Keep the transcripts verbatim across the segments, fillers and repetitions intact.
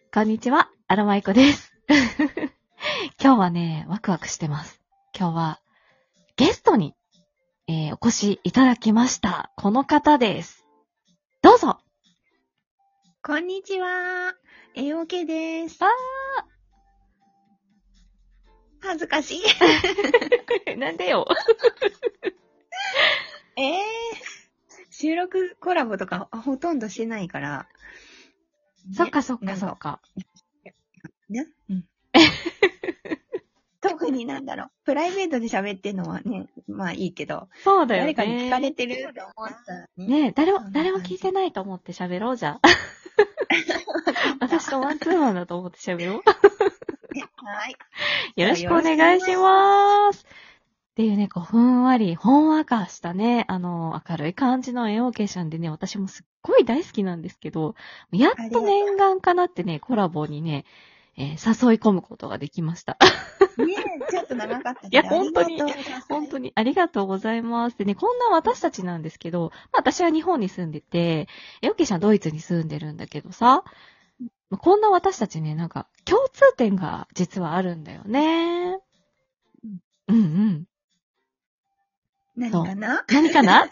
こんにちは、アロマイコです。今日はね、ワクワクしてます。今日はゲストに、えー、お越しいただきました。この方です。どうぞ。 こんにちは、エーオーケー です。 あー。恥ずかしい。なんでよ。 えー、収録コラボとかほとんどしてないから。 ね、そっかそっかそっか。 ね、うん。特になんだろう。プライベートで喋ってるのはね、まあいいけど。 そうだよね。 誰かに聞かれてると思ったらね。 ねえ、誰も、誰も聞いてないと思って喋ろうじゃん。私とワンツーマンだと思って喋ろう。 はい。 よろしくお願いします。っていうね、こう、ふんわり、ほんわかしたね、あの、明るい感じのエオーケーさんでね、私もすっごい大好きなんですけど、やっと念願かなってね、コラボにね、えー、誘い込むことができました。 ねえ、ちょっと長かったけど。 いや、本当に、本当にありがとうございます。でね、こんな私たちなんですけど、まあ私は日本に住んでて、エオーケーさんドイツに住んでるんだけどさ、こんな私たちね、なんか共通点が実はあるんだよね。うん、うんうん。 何かな何かな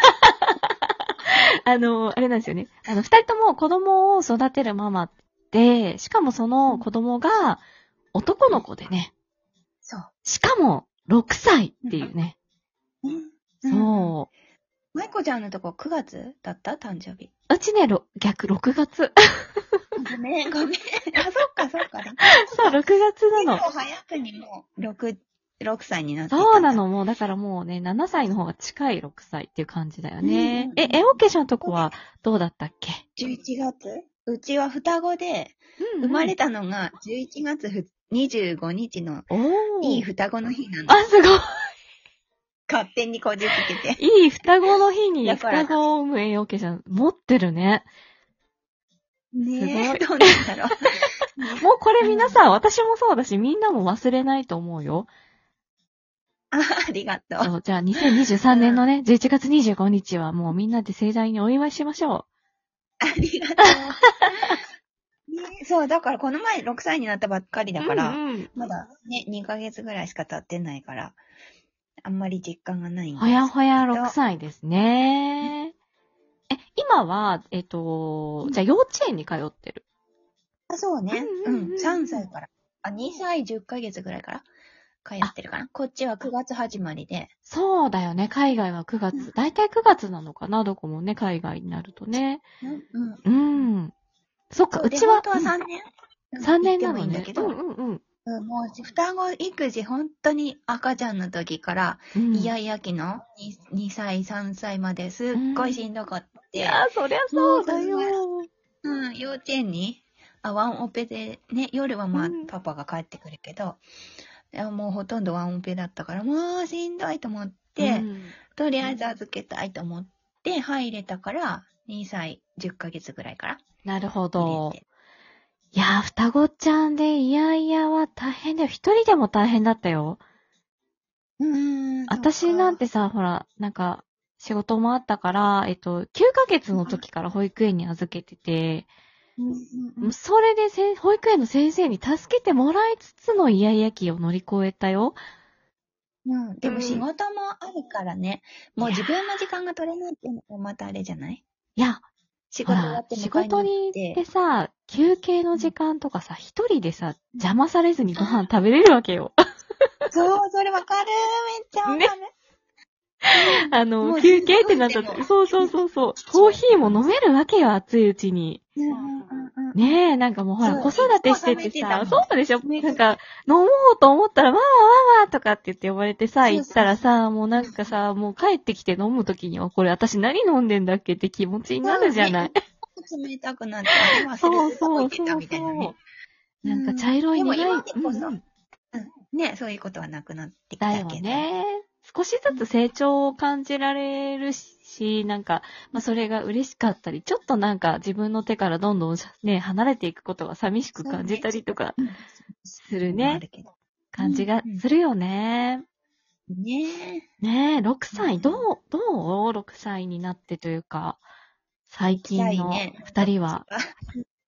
あの、あれなんですよね。あの、二人とも子供を育てるママで、しかもその子供が男の子でね。 そう。 しかもろくさいっていうね。 うん。 そう。 まいこちゃんのとこくがつだった誕生日。 うちね、逆ろくがつ。 ごめん、ごめん。あ、そっか、そっか。 そう、ろくがつなの。 結構早くにもう、ろく、ろくさいになっていた。 そうなの、もう、だからもうね、ななさいの方が近いろくさいっていう感じだよね。うんうん、え、エオーケーさんのとこはどうだったっけ ? じゅういちがつうちは双子で、うんうん、生まれたのがじゅういちがつにじゅうごにちの、いい双子の日なの。 あ、すごい。 勝手にこじつけて。 いい双子の日に双子を産むエオーケーさん持ってるね。 ねえ、どうなんだろう。もうこれ皆さん、私もそうだし、みんなも忘れないと思うよ。 あ、ありがとう。 そう、じゃあにせんにじゅうさんねんのね、じゅういちがつにじゅうごにちはもうみんなで盛大にお祝いしましょう。 ありがとう。ね、そう、だからこの前ろくさいになったばっかりだから、うんうん、まだね、にかげつぐらいしか経ってないから、あんまり実感がないんですけど。 ほやほやろくさいですね。え、今は、えっと、じゃあ幼稚園に通ってる。 あ、そうね。うん、うんうん。さんさいから。あ、にさいじゅっかげつぐらいから通ってるかな。こっちはくがつ始まりで。 そうだよね。海外はくがつ。だいたいくがつなのかな、どこもね、海外になるとね。うんうん。うん。そっか、うちは。 本当はさんねん、 うん、さんねんなのね。 いいんだけど、 うんうんうん。 うん、もう、双子育児、本当に赤ちゃんの時から、うん、イヤイヤ期の 2, にさい、さんさいまですっごいしんどかって。 うん、いや、そりゃそうだよ。 うん、幼稚園に、あ、ワンオペで、ね、夜はまあ、うん、パパが帰ってくるけど、もうほとんどワンオペだったから、もうしんどいと思って、うん、とりあえず預けたいと思って入れたから、にさいじゅっかげつぐらいから。 なるほど。いやー、双子ちゃんで、いやいやは大変だよ。一人でも大変だったよ。 うーん。 私なんてさ、ほら、なんか、仕事もあったから、えっと、きゅうかげつの時から保育園に預けてて、うんうんうん、それでせ保育園の先生に助けてもらいつつのイヤイヤ期を乗り越えたよ。 うん、でも仕事もあるからね、うん、もう自分の時間が取れないっていうのもまたあれじゃない？ いや、 仕事終わって仕事に行ってさ、休憩の時間とかさ、一、うん、人でさ、邪魔されずにご飯食べれるわけよ。 そう、それわかる。めっちゃわかる。ね、 あの、休憩ってなった時、そうそうそうそう、コーヒーも飲めるわけよ、熱いうちに。うんうんうん、ねえ、なんかもうほら、子育てしててさ、そうでしょ、なんか、飲もうと思ったら、わーわーわーとかって言って呼ばれてさ、行ったらさ、もうなんかさ、もう帰ってきて飲むときには、これ私何飲んでんだっけって気持ちになるじゃない。 冷たくなって、あれ忘れてたみたいなね。 なんか茶色い苦い。 でも今でこそ、うん、ね、そういうことはなくなってきたけど。だよね。少しずつ成長を感じられるし、なんか、まあ、それが嬉しかったり、ちょっとなんか自分の手からどんどんね、離れていくことが寂しく感じたりとかするね、感じがするよね。 ねえ。ねえ、ろくさい、どう、どう ?ろく 歳になってというか、最近の二人は。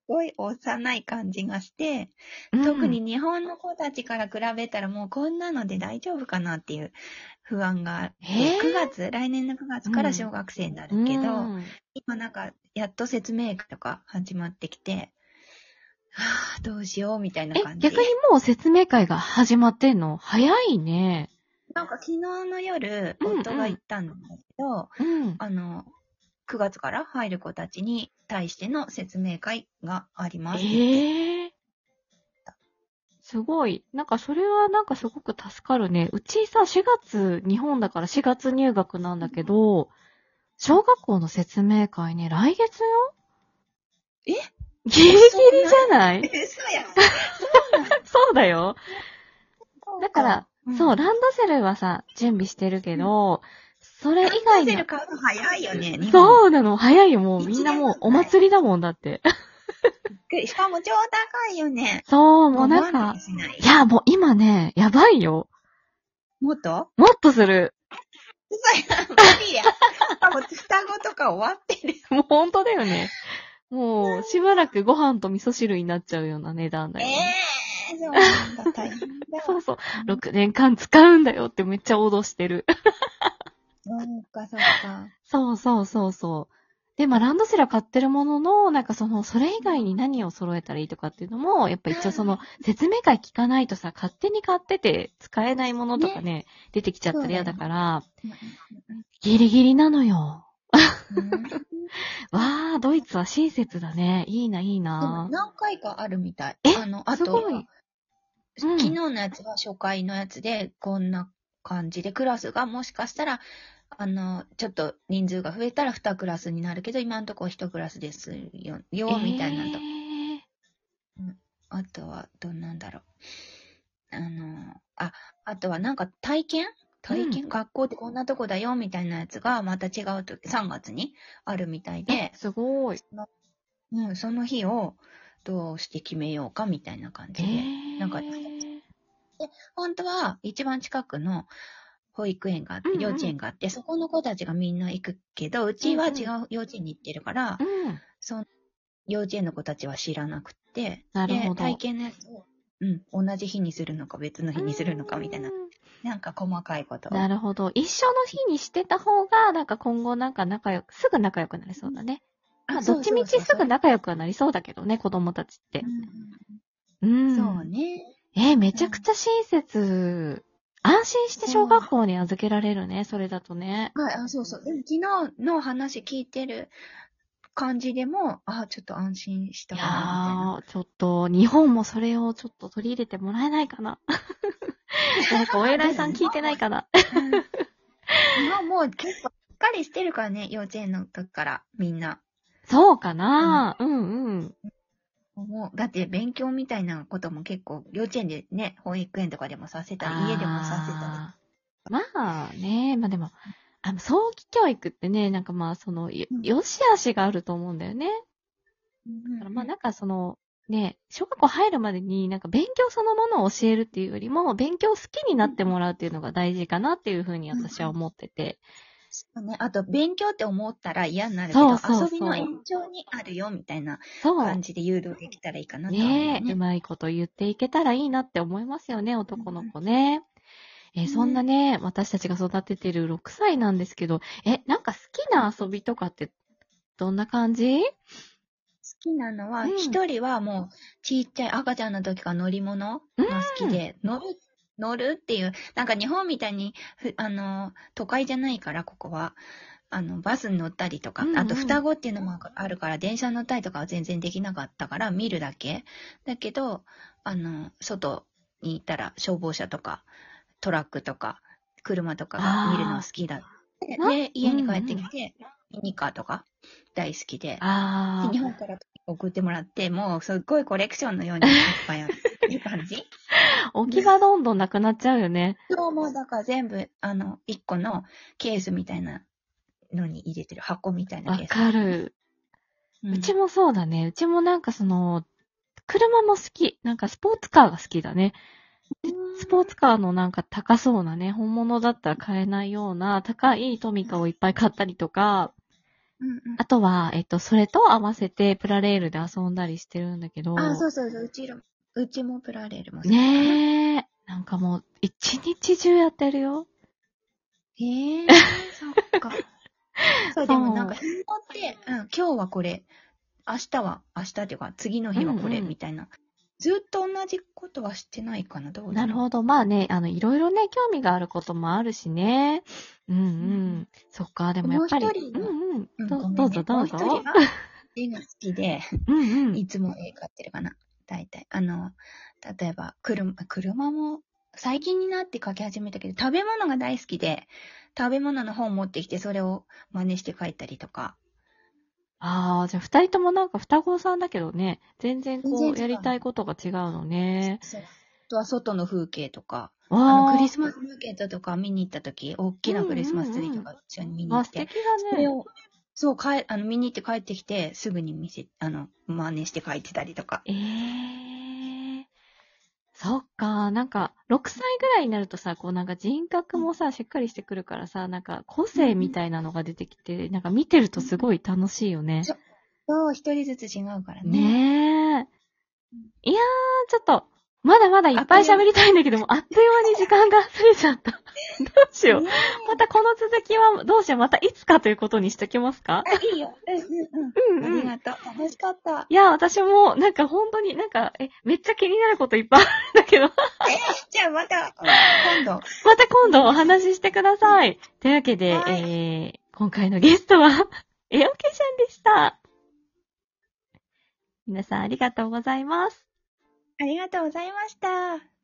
ごい幼い感じがして、 うん、 特に日本の子たちから比べたらもうこんなので大丈夫かなっていう不安があって、くがつ、来年のくがつから小学生になるけど、うん、今なんかやっと説明会とか始まってきて、はぁ、どうしようみたいな感じ。 え、逆にもう説明会が始まってんの？早いね。 なんか昨日の夜、夫が行ったんだけど、うんうん、あの、くがつから入る子たちに対しての説明会がありますって言って。えー、 すごい。なんかそれはなんかすごく助かるね。うちさ、しがつ、日本だからしがつ入学なんだけど、小学校の説明会ね、来月よ。 え？ ギリギリじゃない？ そうや。 そうだよ。だから、うん、そう、ランドセルはさ、準備してるけど、それ以外の。 ランドセル買うの早いよね。 そうなの、早いよ、もう。みんなもうお祭りだもんだって。 しかも超高いよね。 そう、もうなんか、いや、もう今ね、やばいよ。 もっともっとする。 嘘や、無理や。もう双子とか終わってる。 もう本当だよね。もう、しばらくご飯と味噌汁になっちゃうような値段だよね。 ええー、そうなんだ、大変だ。 そうそう。ろくねんかん使うんだよってめっちゃ脅してる。 そうか、そうか。 そうそうそうそう。で、まあ、ランドセルは買ってるものの、なんかその、それ以外に何を揃えたらいいとかっていうのも、やっぱ一応その、説明会聞かないとさ、勝手に買ってて使えないものとかね、ね出てきちゃったら嫌だから、ギリギリなのよ。わー、ドイツは親切だね。いいな、いいな。 何回かあるみたい。 えあの、あと、すごい。うん、昨日のやつは初回のやつで、こんな感じで、クラスがもしかしたら、あの、ちょっと人数が増えたらにクラスになるけど、今のところいちクラスですよ、よ、えー、みたいなと。うん、あとは、どうなんだろう。あの、あ、あとはなんか体験体験、うん、学校ってこんなとこだよ、みたいなやつが、また違うと、さんがつにあるみたいで。 すごい。 うん、その日をどうして決めようか、みたいな感じで。えー、なんか、で、本当は一番近くの、保育園があって、幼稚園があって、うんうん、そこの子たちがみんな行くけど、うちは違う幼稚園に行ってるから、うんうん、その幼稚園の子たちは知らなくて、 なるほど。 で、体験のやつを、うん、同じ日にするのか別の日にするのかみたいな、なんか細かいことを。 なるほど。一緒の日にしてた方が、なんか今後なんか仲良く、すぐ仲良くなりそうだね。うん、まあ、どっちみちすぐ仲良くはなりそうだけどね、子供たちって。 うん。うん、そうね。 えー、めちゃくちゃ親切。安心して小学校に預けられるね、それだとね。 はい、あ、そうそう。でも昨日の話聞いてる感じでも、あ、ちょっと安心したかな、みたいな。 いやー、ちょっと、日本もそれをちょっと取り入れてもらえないかな。なんかお偉いさん聞いてないかな。 日本もう結構しっかりしてるからね、幼稚園の時から、みんな。 そうかな、うん、うんうんもう、だって勉強みたいなことも結構、幼稚園でね、保育園とかでもさせたり、家でもさせたり。まあね、まあでも、あの、早期教育ってね、なんかまあ、その、よ、よしあしがあると思うんだよね。うん、だからまあなんかその、ね、小学校入るまでになんか勉強そのものを教えるっていうよりも、勉強好きになってもらうっていうのが大事かなっていうふうに私は思ってて。 そうね。あと、勉強って思ったら嫌になるけど、そうそうそう、遊びの延長にあるよ、みたいな感じで誘導できたらいいかなと思うね。 ねえ、うまいこと言っていけたらいいなって思いますよね、男の子ね。うん、えー、そんなね、私たちが育ててるろくさいなんですけど、え、なんか好きな遊びとかってどんな感じ？ 好きなのは、一、うん、人はもう、ちっちゃい赤ちゃんの時から乗り物が好きで、うん、乗る乗るっていう、なんか日本みたいに、あの、都会じゃないから、ここは。あの、バスに乗ったりとか、うんうん、あと双子っていうのもあるから、電車に乗ったりとかは全然できなかったから、見るだけ。だけど、あの、外に行ったら消防車とか、トラックとか、車とかが見るの好きだ。で、家に帰ってきて、うんうん、ミニカーとか大好きで、 あ日本から送ってもらって、もうすっごいコレクションのようにいっぱいあるっていう感じ。 置き場どんどんなくなっちゃうよね。 そう、もうだから全部、あの、一個のケースみたいなのに入れてる、箱みたいなケース。 わかる、うん。うちもそうだね。うちもなんかその、車も好き。なんかスポーツカーが好きだね。でスポーツカーのなんか高そうなね、本物だったら買えないような高いトミカをいっぱい買ったりとか、 うんうん。 あとは、えっと、それと合わせてプラレールで遊んだりしてるんだけど。 あ、そうそうそう、うちら、うちもプラレールも好きかな。 ねえ。なんかもう、一日中やってるよ。 へえ、そっか。そう、でもなんか、日によって、うん、今日はこれ、明日は、明日っていうか、次の日はこれ、 うんうんみたいな。ずっと同じことはしてないかな、どうだろう。 なるほど。まあね、あの、いろいろね、興味があることもあるしね。うんううんん。そっか、でもやもうっぱり。 一人の、 うんうん。 うん、 どどうぞごめんね。 どうぞ。 もう一人は、絵が好きで、 うんうん。 いつも絵描いてるかな。大体。あの、例えば、車、車も、最近になって描き始めたけど、食べ物が大好きで、食べ物の本持ってきて、それを真似して描いたりとか。 ああ、じゃあ二人ともなんか双子さんだけどね、全然こう、 全然違うの。 やりたいことが違うのね。 そう。あとは外の風景とか、 わあの、クリあ。 スマスマーケットとか見に行った時、大きなクリスマスツリーとか一緒に見にあ、 行って、 素敵だね。 それを、そう、かえ、あの、見に行って帰ってきて、すぐに見せ、あの、真似して描いてたりとか。 ええー。そっか、なんか、ろくさいぐらいになるとさ、こうなんか人格もさ、しっかりしてくるからさ、なんか個性みたいなのが出てきて、なんか見てるとすごい楽しいよね。 そう、そう一人ずつ違うからね。 ねえ。いやー、ちょっと、まだまだいっぱい喋りたいんだけども、あっという間に時間が過ぎちゃった。どうしよう。またこの続きは、どうしよう。またいつかということにしときますか？ あ、いいよ。うんうんうん。 うんうん。 ありがとう。楽しかった。 いや、私も、なんか本当になんか、え、めっちゃ気になることいっぱいあるんだけど。 じゃあまた、今度。 また今度お話ししてください。というわけで、 はい、 えー、今回のゲストは、エオケシャンでした。皆さんありがとうございます。 ありがとうございました。